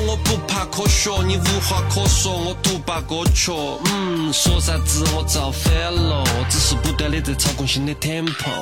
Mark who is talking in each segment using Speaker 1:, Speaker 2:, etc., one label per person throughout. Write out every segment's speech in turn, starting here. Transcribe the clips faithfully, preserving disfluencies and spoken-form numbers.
Speaker 1: 我不怕科学，你无话可说，我独霸歌曲。嗯，说啥子我造反了，只是不断的在操控新的 tempo。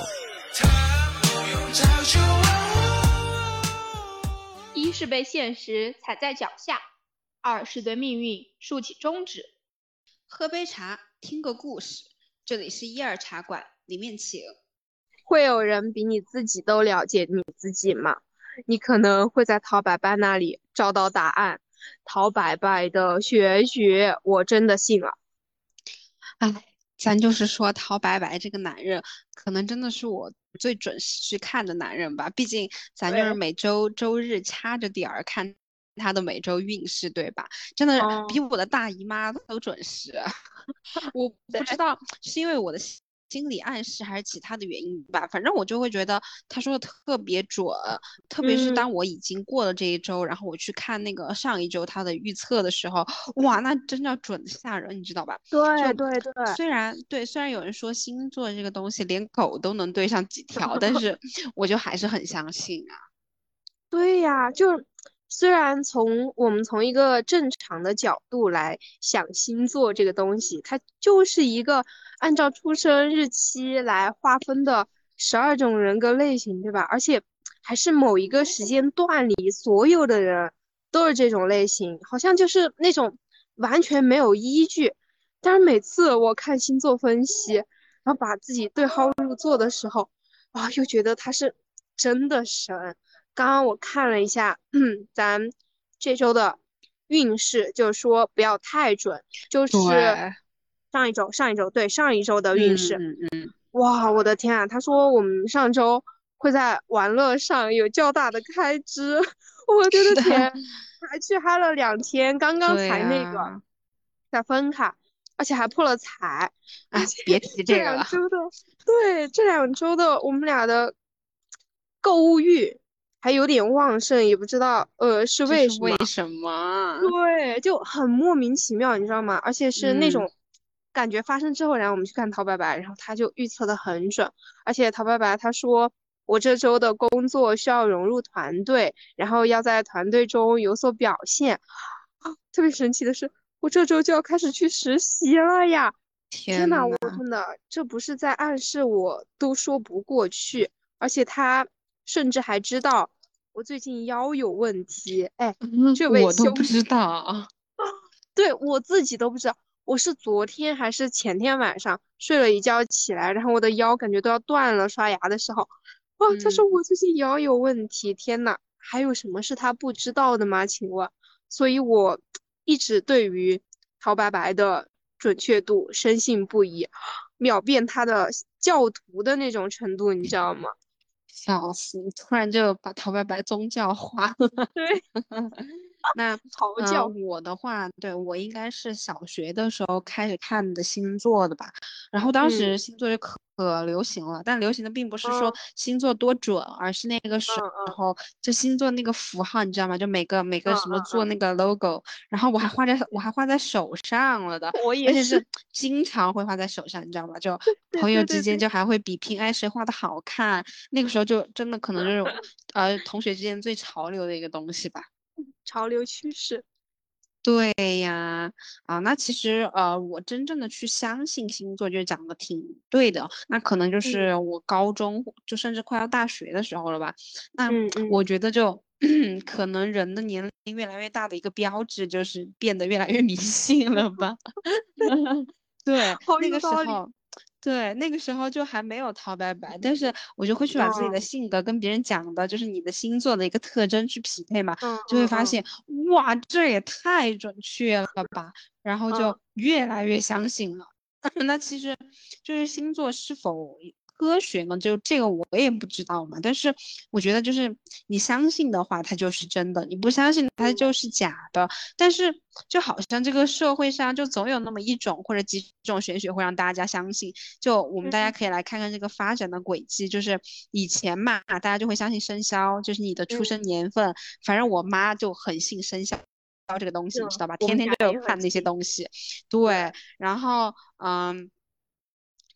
Speaker 2: 一是被现实踩在脚下，二是对命运竖起中指。
Speaker 3: 喝杯茶，听个故事，这里是一二茶馆，里面请。
Speaker 4: 会有人比你自己都了解你自己吗？你可能会在陶白白那里找到答案。陶白白的玄学，我真的信了。
Speaker 3: 哎，咱就是说，陶白白这个男人，可能真的是我最准时去看的男人吧。毕竟咱就是每周周日掐着点儿看他的每周运势，对吧？真的比我的大姨妈都准时。我不知道是因为我的心理暗示还是其他的原因吧，反正我就会觉得他说的特别准，特别是当我已经过了这一周，嗯、然后我去看那个上一周他的预测的时候，哇，那真的准的吓人，你知道吧？
Speaker 4: 对对对，
Speaker 3: 虽然对，虽然有人说星座这个东西连狗都能对上几条，但是我就还是很相信啊。
Speaker 4: 对呀，就虽然从我们从一个正常的角度来想星座这个东西，它就是一个按照出生日期来划分的十二种人格类型，对吧？而且还是某一个时间段里所有的人都是这种类型，好像就是那种完全没有依据。但是每次我看星座分析，然后把自己对号入座的时候，啊，又觉得他是真的神。刚刚我看了一下，嗯，咱这周的运势，就是说不要太准，就是上一周上一周对上一周的运势。
Speaker 3: 嗯嗯嗯，
Speaker 4: 哇，我的天啊！他说我们上周会在玩乐上有较大的开支，我的天，还去嗨了两天，刚刚才那个才分卡，而且还破了财。
Speaker 3: 哎，别提这个了。
Speaker 4: 这两周的，对，这两周的我们俩的购物欲还有点旺盛，也不知道呃是为什么。
Speaker 3: 为什么？
Speaker 4: 对，就很莫名其妙，你知道吗？而且是那种、嗯、感觉发生之后，然后我们去看陶白白，然后他就预测的很准。而且陶白白他说，我这周的工作需要融入团队，然后要在团队中有所表现。啊，特别神奇的是，我这周就要开始去实习了呀！天哪，我真的这不是在暗示我都说不过去，而且他甚至还知道我最近腰有问题。哎，这位
Speaker 3: 我都不知道啊，
Speaker 4: 对我自己都不知道。我是昨天还是前天晚上睡了一觉起来，然后我的腰感觉都要断了，刷牙的时候，哇，他说我最近腰有问题。嗯、天哪，还有什么是他不知道的吗？请问，所以我一直对于陶白白的准确度深信不疑，秒变他的教徒的那种程度，你知道吗？
Speaker 3: 笑死！你突然就把陶白白宗教化了。
Speaker 4: 对。
Speaker 3: 那
Speaker 4: 嚎叫、
Speaker 3: 呃、我的话，对，我应该是小学的时候开始看的星座的吧。然后当时星座就可、嗯、流行了，但流行的并不是说星座多准，嗯、而是那个时候、嗯、就星座那个符号，你知道吗？就每个每个什么座那个 logo，、嗯、然后我还画在我还画在手上了的，
Speaker 4: 我也是，
Speaker 3: 而且是经常会画在手上，你知道吗？就朋友之间就还会比拼，哎，谁画的好看。那个时候就真的可能就是呃同学之间最潮流的一个东西吧。
Speaker 4: 潮流趋势，
Speaker 3: 对呀，啊，那其实呃，我真正的去相信星座，就讲的挺对的。那可能就是我高中，嗯、就甚至快要大学的时候了吧。那我觉得就、嗯、可能人的年龄越来越大的一个标志，就是变得越来越迷信了吧。对，那个时候。对，那个时候就还没有陶白白，但是我就会去把自己的性格跟别人讲的，就是你的星座的一个特征去匹配嘛，
Speaker 4: 嗯、
Speaker 3: 就会发现、嗯、哇，这也太准确了吧，然后就越来越相信了。嗯、那其实就是星座是否科学呢？就这个我也不知道嘛，但是我觉得就是你相信的话，它就是真的；你不相信，它就是假的。但是就好像这个社会上就总有那么一种或者几种玄学会让大家相信。就我们大家可以来看看这个发展的轨迹，就是以前嘛，大家就会相信生肖，就是你的出生年份。反正我妈就很信生肖这个东西，你知道吧？天天就有看那些东西。对，然后嗯。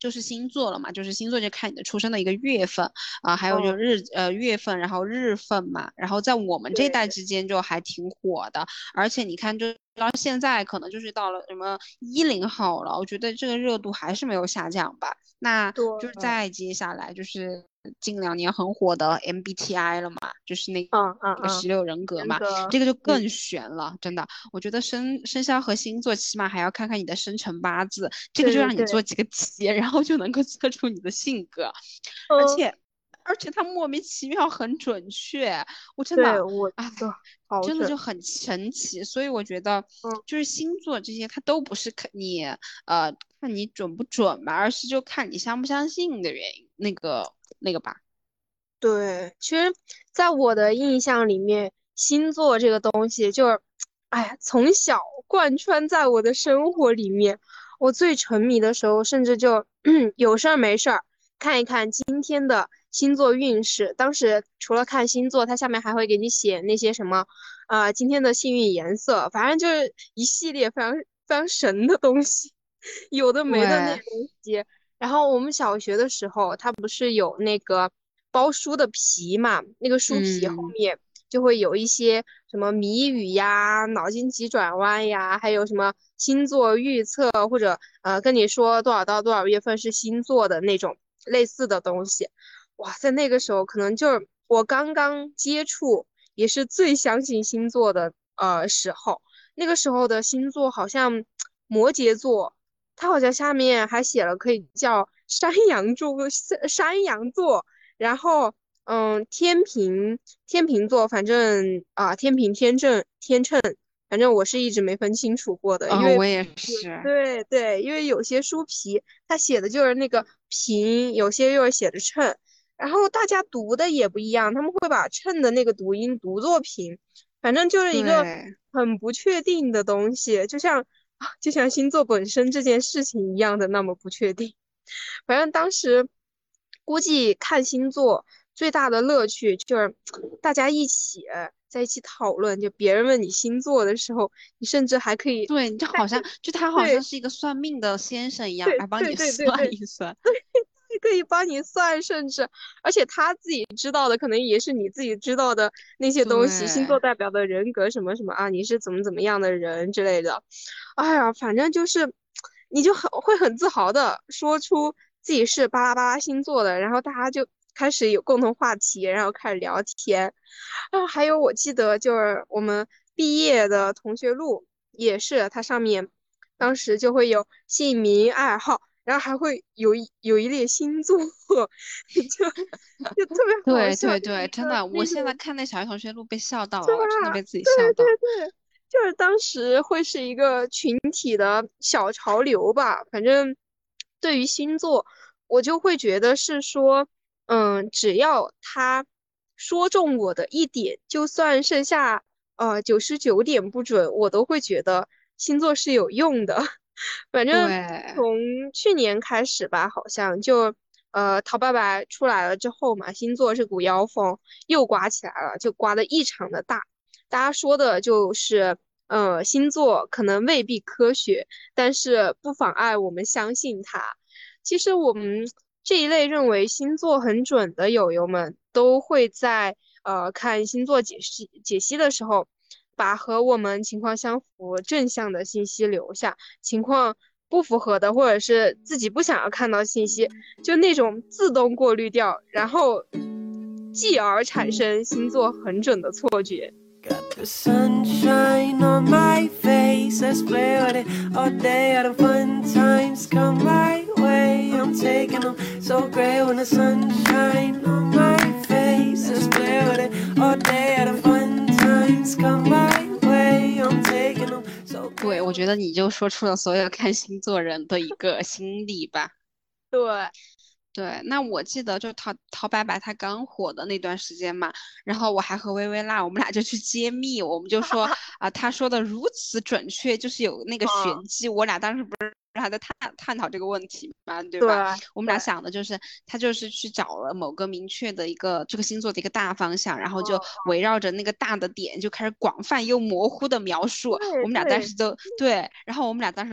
Speaker 3: 就是星座了嘛，就是星座就看你的出生的一个月份啊、还有就
Speaker 4: 哦，
Speaker 3: 日呃月份，然后日份嘛，然后在我们这一代
Speaker 4: 对，
Speaker 3: 之间就还挺火的，而且你看就。到现在可能就是到了什么一零后了，我觉得这个热度还是没有下降吧。那
Speaker 4: 对，
Speaker 3: 就是再接下来就是近两年很火的 M B T I 了嘛，就是那
Speaker 4: 嗯嗯嗯，
Speaker 3: 个十六人格嘛，
Speaker 4: 人格，
Speaker 3: 这个就
Speaker 4: 嗯，
Speaker 3: 更悬了，真的。我觉得生生肖和星座起码还要看看你的生辰八字，这个就让你做
Speaker 4: 对对对，
Speaker 3: 几个题，然后就能够测出你的性格，而
Speaker 4: 嗯，
Speaker 3: 且而且它莫名其妙很准确，我真
Speaker 4: 对，
Speaker 3: 的。
Speaker 4: 我
Speaker 3: 哎，
Speaker 4: 的好准，
Speaker 3: 真的就很神奇，所以我觉得
Speaker 4: 嗯。
Speaker 3: 就是星座这些，它都不是看你呃看你准不准吧，而是就看你相不相信的原因，那个那个吧。
Speaker 4: 对，其实，在我的印象里面，星座这个东西就是，哎呀，从小贯穿在我的生活里面。我最沉迷的时候，甚至就有事儿没事儿看一看今天的星座运势。当时除了看星座，它下面还会给你写那些什么，呃，今天的幸运颜色，反正就是一系列非常非常神的东西，有的没的那
Speaker 3: 对，
Speaker 4: 些东西。然后我们小学的时候，它不是有那个包书的皮嘛？那个书皮后
Speaker 3: 嗯，
Speaker 4: 面就会有一些什么谜语呀、脑筋急转弯呀，还有什么星座预测，或者呃跟你说多少到多少月份是星座的那种类似的东西。哇，在那个时候可能就是我刚刚接触，也是最相信星座的呃时候。那个时候的星座好像摩羯座。它好像下面还写了可以叫山羊座、山山羊座，然后嗯，天平天平座，反正啊，天平、天正、天秤，反正我是一直没分清楚过的，因
Speaker 3: 啊、
Speaker 4: 为
Speaker 3: 我也
Speaker 4: 有
Speaker 3: 是。
Speaker 4: 对对，因为有些书皮它写的就是那个平，有些又是写的秤，然后大家读的也不一样，他们会把秤的那个读音读作平，反正就是一个
Speaker 3: 对，
Speaker 4: 很不确定的东西，就像啊，就像星座本身这件事情一样的那么不确定。反正当时估计看星座最大的乐趣就是大家一起在一起讨论，就别人问你星座的时候，你甚至还可以
Speaker 3: 对，就好像就他好像
Speaker 4: 对
Speaker 3: 是一个算命的先生一样，来帮
Speaker 4: 对对
Speaker 3: 你算
Speaker 4: 对对对，
Speaker 3: 一算。
Speaker 4: 可以帮你算，甚至而且他自己知道的，可能也是你自己知道的那些东西，星
Speaker 3: 对，
Speaker 4: 座代表的人格什么什么啊，你是怎么怎么样的人之类的。哎呀，反正就是你就很会很自豪的说出自己是巴拉巴拉星座的，然后大家就开始有共同话题，然后开始聊天。啊，还有我记得就是我们毕业的同学录也是，它上面当时就会有姓名、爱好。然后还会有一有一列星座，就就特别好
Speaker 3: 对
Speaker 4: 笑，
Speaker 3: 对对，
Speaker 4: 就是一个
Speaker 3: 真的，我
Speaker 4: 那种
Speaker 3: 现在看那小学同学录被笑到
Speaker 4: 是吧？
Speaker 3: 了，真的被自己
Speaker 4: 对
Speaker 3: 笑到。
Speaker 4: 对对，就是当时会是一个群体的小潮流吧。反正对于星座，我就会觉得是说，嗯，只要他说中我的一点，就算剩下呃九十九点不准，我都会觉得星座是有用的。反正
Speaker 3: 对，
Speaker 4: 从去年开始吧，好像就呃陶爸爸出来了之后嘛，星座是股妖风，又刮起来了，就刮得异常的大。大家说的就是，呃，星座可能未必科学，但是不妨碍我们相信它。其实我们这一类认为星座很准的友友们，都会在呃看星座解析解析的时候，把和我们情况相符、正向的信息留下，情况不符合的，或者是自己不想要看到信息，就那种自动过滤掉，然后继而产生星座很准的错觉。
Speaker 5: Got the sunshine on my face, let's play with it all day. All the fun times come my way, I'm taking them so great when the sunshine on my face. Let's play with it all day. All the fun times come my way, I'm taking them so great.
Speaker 3: 对，我觉得你就说出了所有看星座人的一个心理吧。
Speaker 4: 对，
Speaker 3: 对，那我记得就陶陶白白他刚火的那段时间嘛，然后我还和薇薇娜，我们俩就去揭秘，我们就说啊、他说的如此准确，就是有那个
Speaker 4: 嗯，
Speaker 3: 玄机。我俩当时不是还在探探讨这个问题嘛，对
Speaker 4: 对
Speaker 3: 吧？我们俩
Speaker 4: 对，
Speaker 3: 想的就是他就是去找了某个明确的一个这个星座的一个大方向，然后就
Speaker 4: 嗯，
Speaker 3: 围绕着那个大的点就开始广泛又模糊的描述。我们俩当
Speaker 4: 对对，
Speaker 3: 时都对，然后我们俩当时都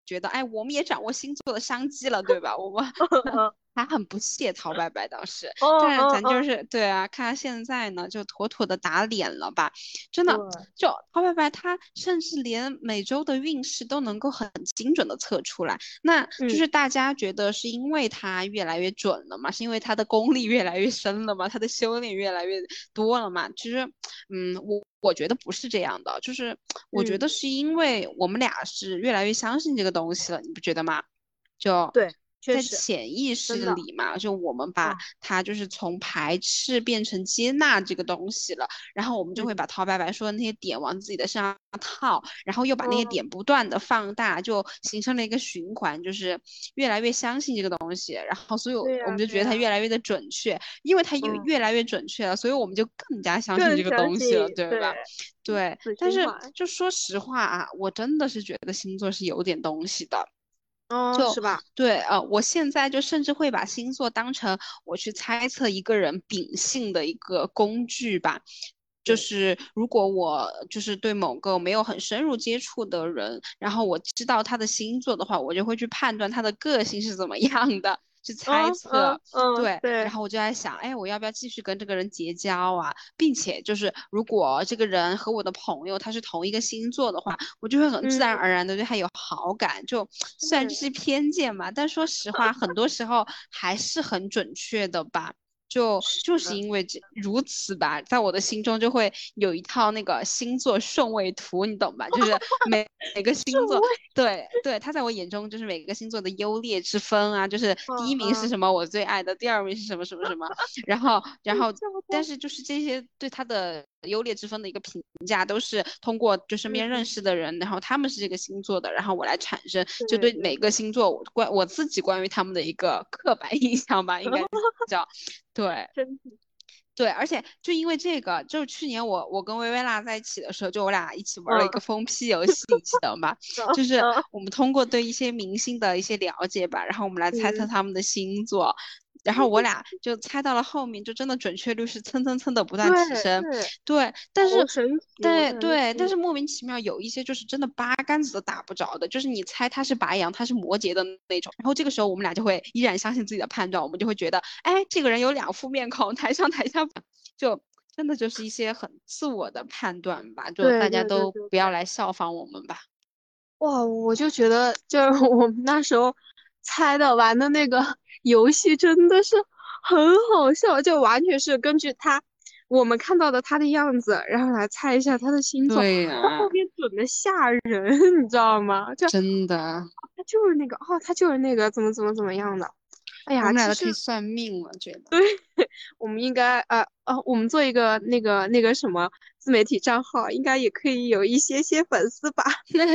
Speaker 3: 觉得，哎，我们也掌握星座的商机了，对吧？我们还很不屑陶白白当时，但是咱就是对啊，看他现在呢，就妥妥的打脸了吧？真的，就陶白白他甚至连每周的运势都能够很精准的测出来，那就是大家觉得是因为他越来越准了嘛？是因为他的功力越来越深了嘛？他的修炼越来越多了嘛？其实，嗯，我我觉得不是这样的，就是我觉得是因为我们俩是越来越相信这个东西了，你不觉得吗？就
Speaker 4: 对。
Speaker 3: 在潜意识里嘛，就我们把它就是从排斥变成接纳这个东西了，然后我们就会把陶白白说的那些点往自己的身上套，然后又把那些点不断的放大，就形成了一个循环，就是越来越相信这个东西，然后所以我们就觉得它越来越的准确，因为它越越来越准确了，所以我们就更加相信这个东西了，对吧？对，但是就说实话啊，我真的是觉得星座是有点东西的。
Speaker 4: 哦，
Speaker 3: 就是
Speaker 4: 吧？
Speaker 3: 对，呃，我现在就甚至会把星座当成我去猜测一个人秉性的一个工具吧。就是如果我就是对某个没有很深入接触的人，然后我知道他的星座的话，我就会去判断他的个性是怎么样的。去猜测，
Speaker 4: 嗯嗯、
Speaker 3: 对,
Speaker 4: 对，
Speaker 3: 然后我就在想，哎，我要不要继续跟这个人结交啊？并且就是如果这个人和我的朋友他是同一个星座的话，我就会很自然而然的对他有好感。嗯、就虽然这是偏见嘛，但说实话，很多时候还是很准确的吧。就就是因为这如此吧，在我的心中就会有一套那个星座顺位图，你懂吧？就是每每个星座，对对，他在我眼中就是每个星座的优劣之分啊，就是第一名是什么我最爱的，第二名是什么什么什么，然后然后但是就是这些对他的优劣之分的一个评价，都是通过就身边认识的人，然后他们是这个星座的，然后我来产生，就对每个星座关我自己关于他们的一个刻板印象吧，应该叫。对，对，而且就因为这个，就是去年我我跟薇薇拉在一起的时候，就我俩一起玩了一个封批游戏，你记得吗？就是我们通过对一些明星的一些了解吧，然后我们来猜测他们的星座。然后我俩就猜到了后面，就真的准确率是蹭蹭蹭的不断提升。对，但是对对，但是莫名其妙有一些就是真的八竿子都打不着的，就是你猜他是白羊，他是摩羯的那种。然后这个时候我们俩就会依然相信自己的判断，我们就会觉得，哎，这个人有两副面孔，台上台下就真的就是一些很自我的判断吧，就大家都不要来效仿我们吧。
Speaker 4: 哇，我就觉得就是我们那时候猜的玩的那个游戏真的是很好笑，就完全是根据他我们看到的他的样子，然后来猜一下他的星座。
Speaker 3: 对呀、
Speaker 4: 啊，后面准的吓人，你知道吗？就
Speaker 3: 真的，
Speaker 4: 他就是那个哦，他就是那个怎么怎么怎么样的。哎呀，
Speaker 3: 我们俩都可以算命了，觉得。
Speaker 4: 对，我们应该呃呃，我们做一个那个那个什么自媒体账号，应该也可以有一些些粉丝吧。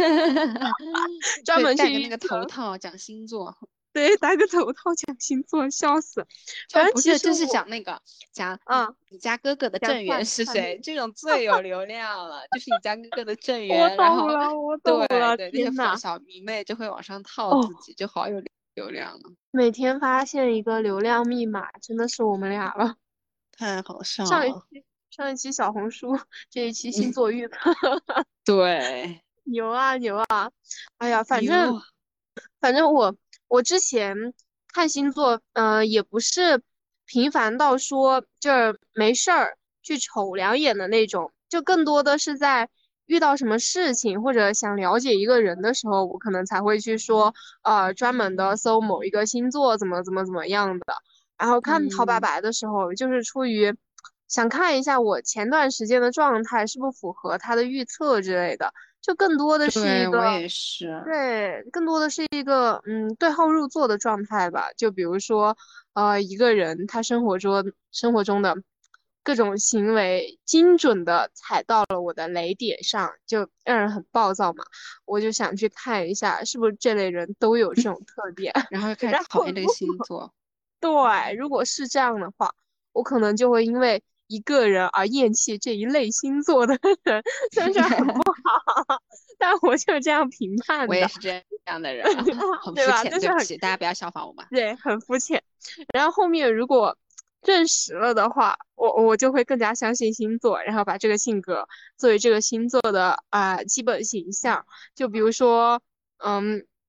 Speaker 4: 专门去
Speaker 3: 戴个那个头套讲星座。
Speaker 4: 对，戴个头套讲星座，笑死。反正
Speaker 3: 不是，就是讲那个讲啊，你家哥哥的正缘是谁？这种最有流量了，就是你家哥哥的正缘。
Speaker 4: 我懂了，我懂了。
Speaker 3: 对对，那些小迷妹就会往上套自己，哦、就好有流量了。
Speaker 4: 每天发现一个流量密码，真的是我们俩了，
Speaker 3: 太好笑了。
Speaker 4: 上一期上一期小红书，这一期星座预测。
Speaker 3: 对，
Speaker 4: 牛啊牛啊！哎呀，反正反正我。我之前看星座，呃，也不是频繁到说就是没事儿去瞅两眼的那种，就更多的是在遇到什么事情或者想了解一个人的时候，我可能才会去说，呃，专门的搜某一个星座怎么怎么怎么样的。然后看陶白白的时候，嗯、就是出于想看一下我前段时间的状态是不是符合他的预测之类的。就更多的是一个，
Speaker 3: 我也是，
Speaker 4: 对，更多的是一个嗯对号入座的状态吧。就比如说，呃，一个人他生活中生活中的各种行为，精准的踩到了我的雷点上，就让人很暴躁嘛。我就想去看一下，是不是这类人都有这种特点，
Speaker 3: 然后开始讨厌这个星座。
Speaker 4: 对，如果是这样的话，我可能就会因为一个人而厌弃这一类星座的人，虽然很不好，但我就是这样评判的。
Speaker 3: 我也是这样的人，很肤浅，对不起，大家不要效仿我们。
Speaker 4: 对，很肤浅。然后后面如果证实了的话，我我就会更加相信星座，然后把这个性格作为这个星座的啊、呃、基本形象。就比如说，嗯，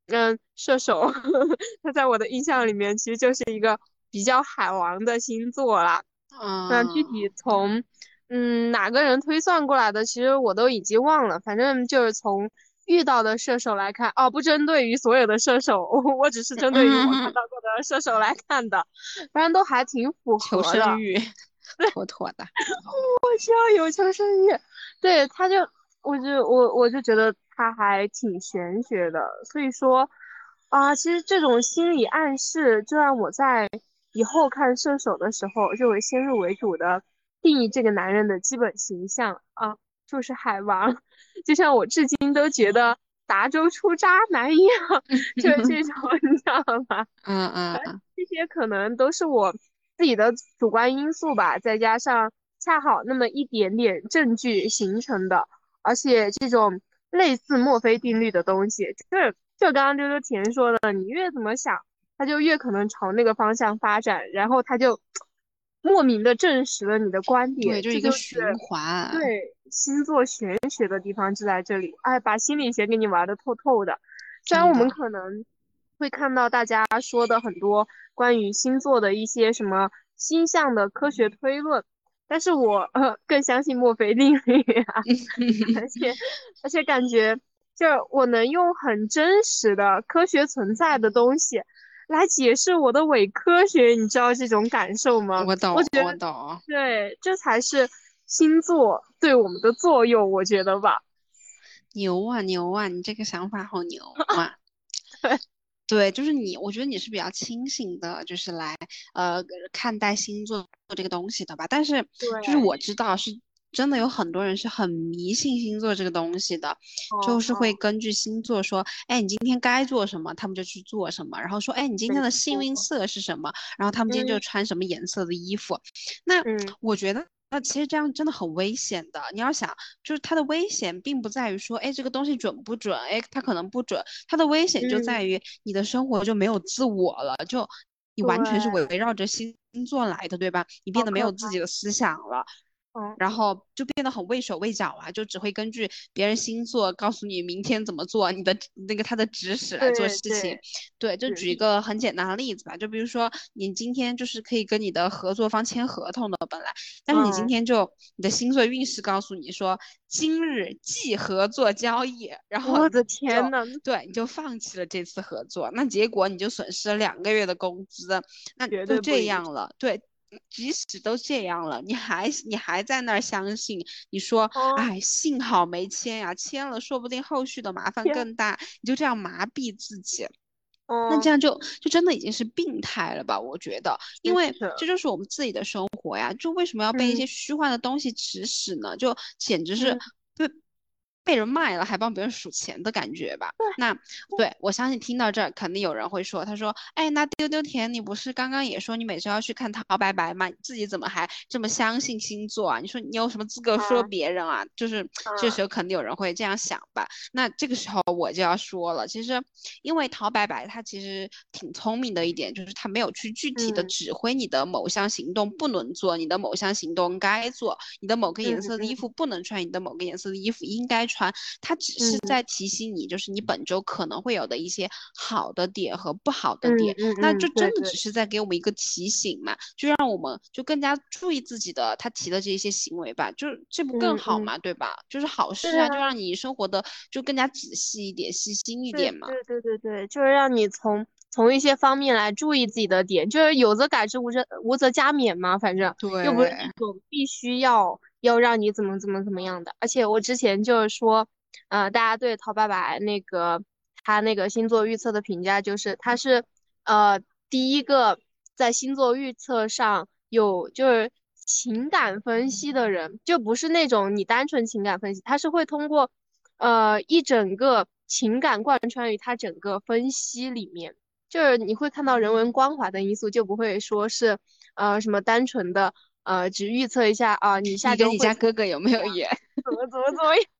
Speaker 4: 嗯，射手，他在我的印象里面其实就是一个比较海王的星座啦。那具
Speaker 3: 嗯
Speaker 4: 体从嗯哪个人推算过来的，其实我都已经忘了。反正就是从遇到的射手来看，哦，不针对于所有的射手，我只是针对于我看
Speaker 3: 嗯，
Speaker 4: 到过的射手来看的，反正都还挺符
Speaker 3: 求
Speaker 4: 合的。
Speaker 3: 生欲，妥妥的。
Speaker 4: 我需要有求生欲，对，他就，我就我我就觉得他还挺玄学的，所以说，啊、其实这种心理暗示就让我在以后看射手的时候，就会先入为主的定义这个男人的基本形象啊，就是海王，就像我至今都觉得达州出渣男一样，就是这种，你知道吗？
Speaker 3: 嗯嗯嗯，
Speaker 4: 这些可能都是我自己的主观因素吧，再加上恰好那么一点点证据形成的，而且这种类似墨菲定律的东西，就是就刚刚溜溜甜说的，你越怎么想，它就越可能朝那个方向发展，然后它就莫名的证实了你的观
Speaker 3: 对，
Speaker 4: 点，
Speaker 3: 就是
Speaker 4: 这就是
Speaker 3: 一个循环。
Speaker 4: 对星座玄学的地方就在这里，哎，把心理学给你玩的透透的。虽然我们
Speaker 3: 真的。
Speaker 4: 可能会看到大家说的很多关于星座的一些什么星象的科学推论，但是我呃更相信墨菲定律啊，而且而且感觉就是我能用很真实的科学存在的东西来解释我的伪科学，你知道这种感受吗？
Speaker 3: 我懂，
Speaker 4: 我觉得
Speaker 3: 我懂。
Speaker 4: 对，这才是星座对我们的作用，我觉得吧。
Speaker 3: 牛啊牛啊，你这个想法好牛啊！对，就是你，我觉得你是比较清醒的，就是来呃看待星座这个东西的吧。但是就是我
Speaker 4: 对，
Speaker 3: 知道是真的有很多人是很迷信星座这个东西的，就是会
Speaker 4: 嗯嗯，
Speaker 3: 根据星座说，哎，你今天该做什么，他们就去做什么，然后说，哎，你今天
Speaker 4: 没
Speaker 3: 的幸运
Speaker 4: 错，
Speaker 3: 色是什么，然后他们今天就
Speaker 4: 嗯
Speaker 3: 穿什么颜色的衣服。那
Speaker 4: 嗯
Speaker 3: 我觉得。那其实这样真的很危险的。你要想，就是它的危险并不在于说，哎，这个东西准不准，哎，它可能不准。它的危险就在
Speaker 4: 嗯，
Speaker 3: 于你的生活就没有自我了，就你完全是围
Speaker 4: 对，
Speaker 3: 绕着星座来的，对吧？你变得没有
Speaker 4: 好可怕，
Speaker 3: 自己的思想了。
Speaker 4: 嗯，
Speaker 3: 然后就变得很畏手畏脚啊，就只会根据别人星座告诉你明天怎么做，你的那个他的指使来做事情。
Speaker 4: 对对，
Speaker 3: 对，就举一
Speaker 4: 是，
Speaker 3: 个很简单的例子吧，就比如说你今天就是可以跟你的合作方签合同的本来，但是你今
Speaker 4: 嗯，
Speaker 3: 天就你的星座运势告诉你说今日忌合作交易，然后你
Speaker 4: 我的
Speaker 3: 就
Speaker 4: 天呐，
Speaker 3: 对你就放弃了这次合作，那结果你就损失了两个月的工资，那
Speaker 4: 绝
Speaker 3: 都
Speaker 4: 对不允许，
Speaker 3: 这样了，对。即使都这样了，你还你还在那儿相信？你说，
Speaker 4: 哦，
Speaker 3: 哎，幸好没签呀，签了说不定后续的麻烦
Speaker 4: 天，
Speaker 3: 更大，你就这样麻痹自己，那这
Speaker 4: 哦，
Speaker 3: 样就就真的已经是病态了吧？我觉得，因为
Speaker 4: 是的，
Speaker 3: 这就是我们自己的生活呀，就为什么要被一
Speaker 4: 嗯
Speaker 3: 些虚幻的东西指使呢？就简直是
Speaker 4: 嗯，
Speaker 3: 被被人卖了，还帮别人数钱的感觉吧？那对我相信听到这儿，肯定有人会说，他说，哎，那丢丢甜，你不是刚刚也说你每周要去看陶白白吗？你自己怎么还这么相信星座啊？你说你有什么资格说
Speaker 4: 啊
Speaker 3: 别人啊？就是这
Speaker 4: 啊，
Speaker 3: 时候肯定有人会这样想吧？那这个时候我就要说了，其实因为陶白白他其实挺聪明的一点，就是他没有去具体的
Speaker 4: 嗯
Speaker 3: 指挥你的某项行动不能做，你的某项行动该做，你的某个
Speaker 4: 嗯
Speaker 3: 颜色的衣服
Speaker 4: 嗯
Speaker 3: 不能穿，你的某个颜色的衣服应该穿。他只是
Speaker 4: 嗯
Speaker 3: 在提醒你，就是你本周可能会有的一些好的点和不好的
Speaker 4: 嗯
Speaker 3: 点，
Speaker 4: 嗯嗯，
Speaker 3: 那就真
Speaker 4: 对对，
Speaker 3: 的只是在给我们一个提醒嘛，就让我们就更加注意自己的他提的这些行为吧，就这不更
Speaker 4: 嗯嗯，
Speaker 3: 好嘛，对吧？就是好
Speaker 4: 对啊，
Speaker 3: 事啊，就让你生活的就更加仔细一点、细心一点嘛。
Speaker 4: 对对对对对，就是让你从从一些方面来注意自己的点，就是有则改之，无则无则加勉嘛，反正又不是那
Speaker 3: 对，
Speaker 4: 种必须要要让你怎么怎么怎么样的。而且我之前就是说，呃，大家对陶白白那个他那个星座预测的评价就是他是呃第一个在星座预测上有就是情感分析的人，就不是那种你单纯情感分析，他是会通过。呃一整个情感贯穿于它整个分析里面，就是你会看到人文关怀的因素，就不会说是呃什么单纯的呃只预测一下啊、你下
Speaker 3: 你跟
Speaker 4: 周会怎
Speaker 3: 你家哥哥有没有
Speaker 4: 样，
Speaker 3: 缘？
Speaker 4: 怎么怎么怎么样。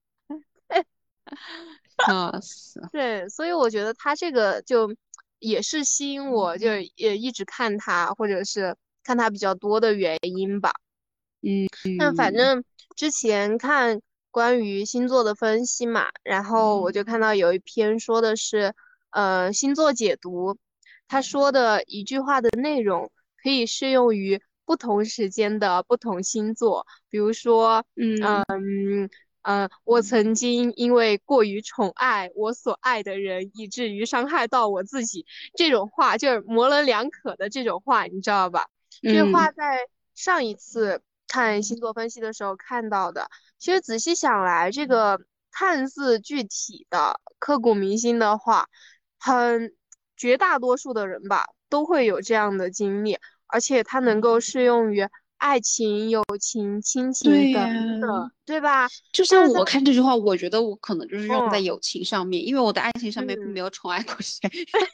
Speaker 3: 笑死！
Speaker 4: 对，所以我觉得他这个就也是吸引我，就也一直看他，或者是看他比较多的原因吧。
Speaker 3: 嗯
Speaker 4: 但反
Speaker 3: 嗯
Speaker 4: 正之前看关于星座的分析嘛，然后我就看到有一篇说的是， 呃星座解读，他说的一句话的内容可以适用于不同时间的不同星座，比如说，
Speaker 3: 嗯
Speaker 4: 嗯嗯，我曾经因为过于宠爱我所爱的人，以至于伤害到我自己，这种话就是模棱两可的这种话，你知道吧？这句话
Speaker 3: 嗯，
Speaker 4: 在上一次看星座分析的时候看到的。其实仔细想来，这个看似具体的、刻骨铭心的话，很绝大多数的人吧都会有这样的经历，而且它能够适用于爱情、友情、亲情
Speaker 3: 对呀，
Speaker 4: 等等，对吧？
Speaker 3: 就像
Speaker 4: 但是在
Speaker 3: 我看这句话，我觉得我可能就是用在
Speaker 4: 嗯
Speaker 3: 友情上面，因为我的爱情上面并
Speaker 4: 嗯。
Speaker 3: 没有宠爱过谁。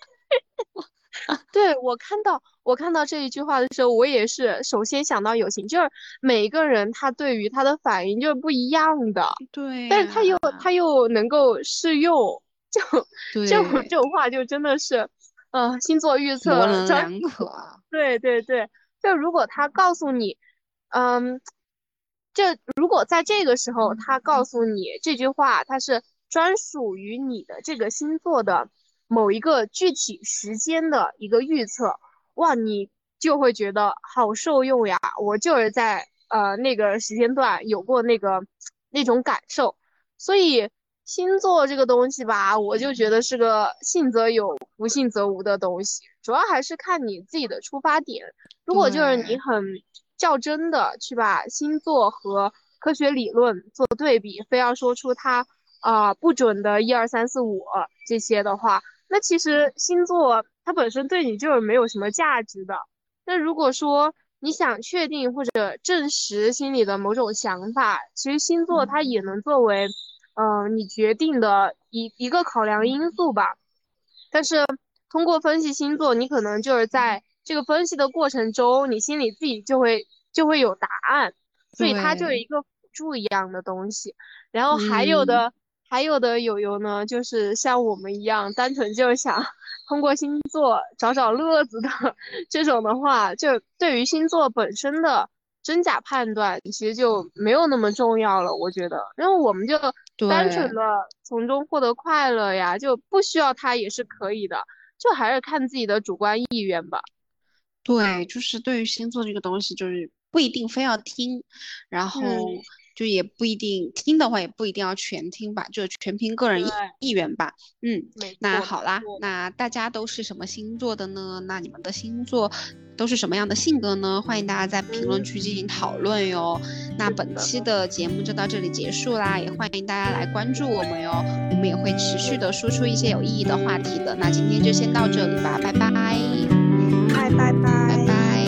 Speaker 4: 对，我看到我看到这一句话的时候，我也是首先想到友情，就是每一个人他对于他的反应就是不一样的，
Speaker 3: 对
Speaker 4: 但是他又
Speaker 3: 呀，
Speaker 4: 他又能够适用，就这种
Speaker 3: 对，
Speaker 4: 这种话就真的是，呃，星座预
Speaker 3: 模
Speaker 4: 测专属。
Speaker 3: 棱两可啊。
Speaker 4: 对对对，就如果他告诉你，嗯，这如果在这个时候他告诉你这句话，它是专属于你的这个星座的某一个具体时间的一个预测，哇，你就会觉得好受用呀！我就是在呃那个时间段有过那个那种感受，所以星座这个东西吧，我就觉得是个信则有，不信则无的东西，主要还是看你自己的出发点。如果就是你
Speaker 3: 对，
Speaker 4: 很较真的去把星座和科学理论做对比，非要说出它啊、呃不准的一二三四五这些的话，那其实星座它本身对你就是没有什么价值的。那如果说你想确定或者证实心里的某种想法，其实星座它也能作为嗯、呃你决定的一一个考量因素吧。但是通过分析星座，你可能就是在这个分析的过程中，你心里自己就会就会有答案，所以它就是
Speaker 3: 对，
Speaker 4: 一个辅助一样的东西。然后还有
Speaker 3: 嗯，
Speaker 4: 的还有的友友呢，就是像我们一样，单纯就是想通过星座找找乐子的这种的话，就对于星座本身的真假判断，其实就没有那么重要了，我觉得，因为我们就单纯
Speaker 3: 对。
Speaker 4: 的从中获得快乐呀，就不需要它也是可以的，就还是看自己的主观意愿吧。
Speaker 3: 对，就是对于星座这个东西，就是不一定非要听，然
Speaker 4: 嗯，
Speaker 3: 后就也不一定听的话，也不一定要全听吧，就全凭个人
Speaker 4: 对，
Speaker 3: 意意愿吧。嗯，
Speaker 4: 没错没
Speaker 3: 那好啦，
Speaker 4: 错。
Speaker 3: 那大家都是什么星座的呢？那你们的星座都是什么样的性格呢？欢迎大家在评论区进行讨论哟。那本期的节目就到这里结束啦，也欢迎大家来关注我们哟，我们也会持续的输出一些有意义的话题的。那今天就先到这里吧，拜拜。
Speaker 4: 拜拜拜。
Speaker 3: 拜拜。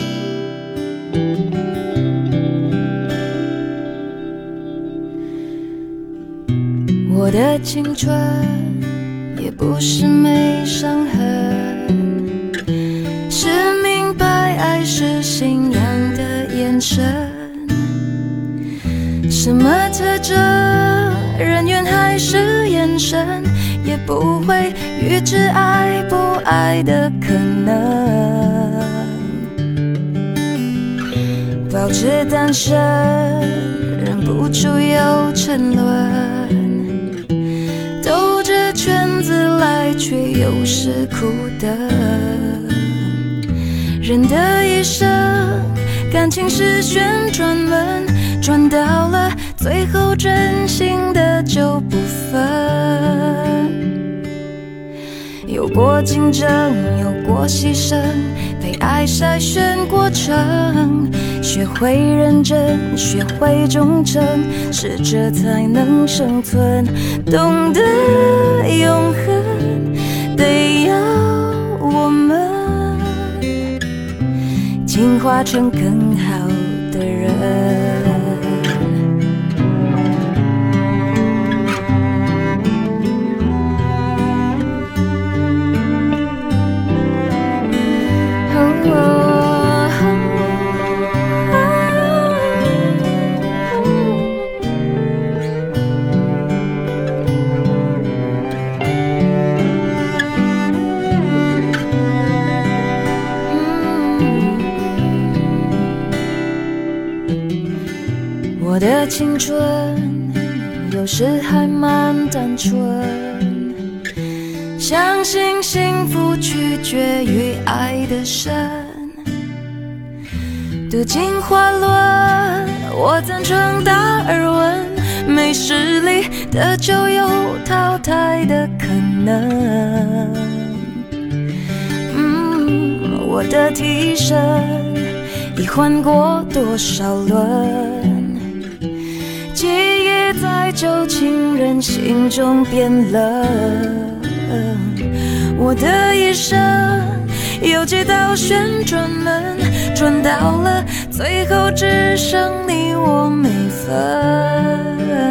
Speaker 6: 我的青春也不是没伤痕，是明白爱是信仰的眼神。什么特征，人缘还是眼神，也不会预知爱不爱的可能。保持单身，忍不住又沉沦，兜着圈子来，却又是苦的。人的一生，感情是旋转门，转到了最后，真心的就不分。有过竞争，有过牺牲，被爱筛选过程，学会认真，学会忠诚，适者才能生存。懂得永恒，得要我们进化成更好的人。我的青春有时还蛮单纯， 相信幸福取决于爱的深，读进化论，我赞成达尔文，没实力的就有淘汰的可能。嗯，我的替身已换过多少轮，记忆在旧情人心中变冷。我的一生有几道旋转门，转到了最后只剩你我没分。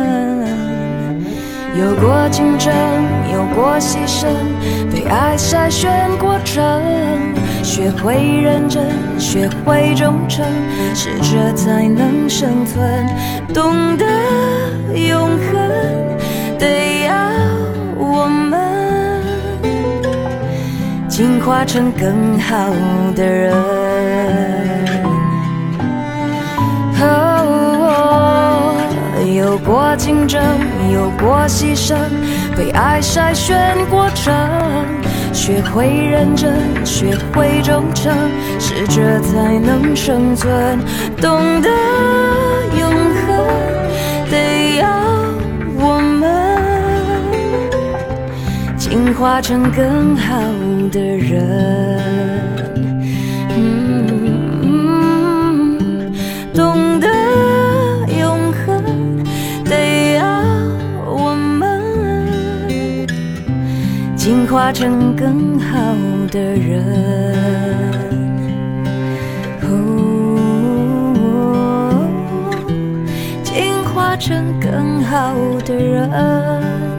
Speaker 6: 有过竞争，有过牺牲，被爱筛选过程，学会认真，学会忠诚，适者才能生存。懂得永恒，得要我们进化成更好的人。哦，有过竞争，有过牺牲，被爱筛选过程，学会认真，学会忠诚，适者才能生存。懂得永恒，得要我们进化成更好的人。嗯，懂得永恒，得要我们进化成更好的人。哦，进化成更好的人。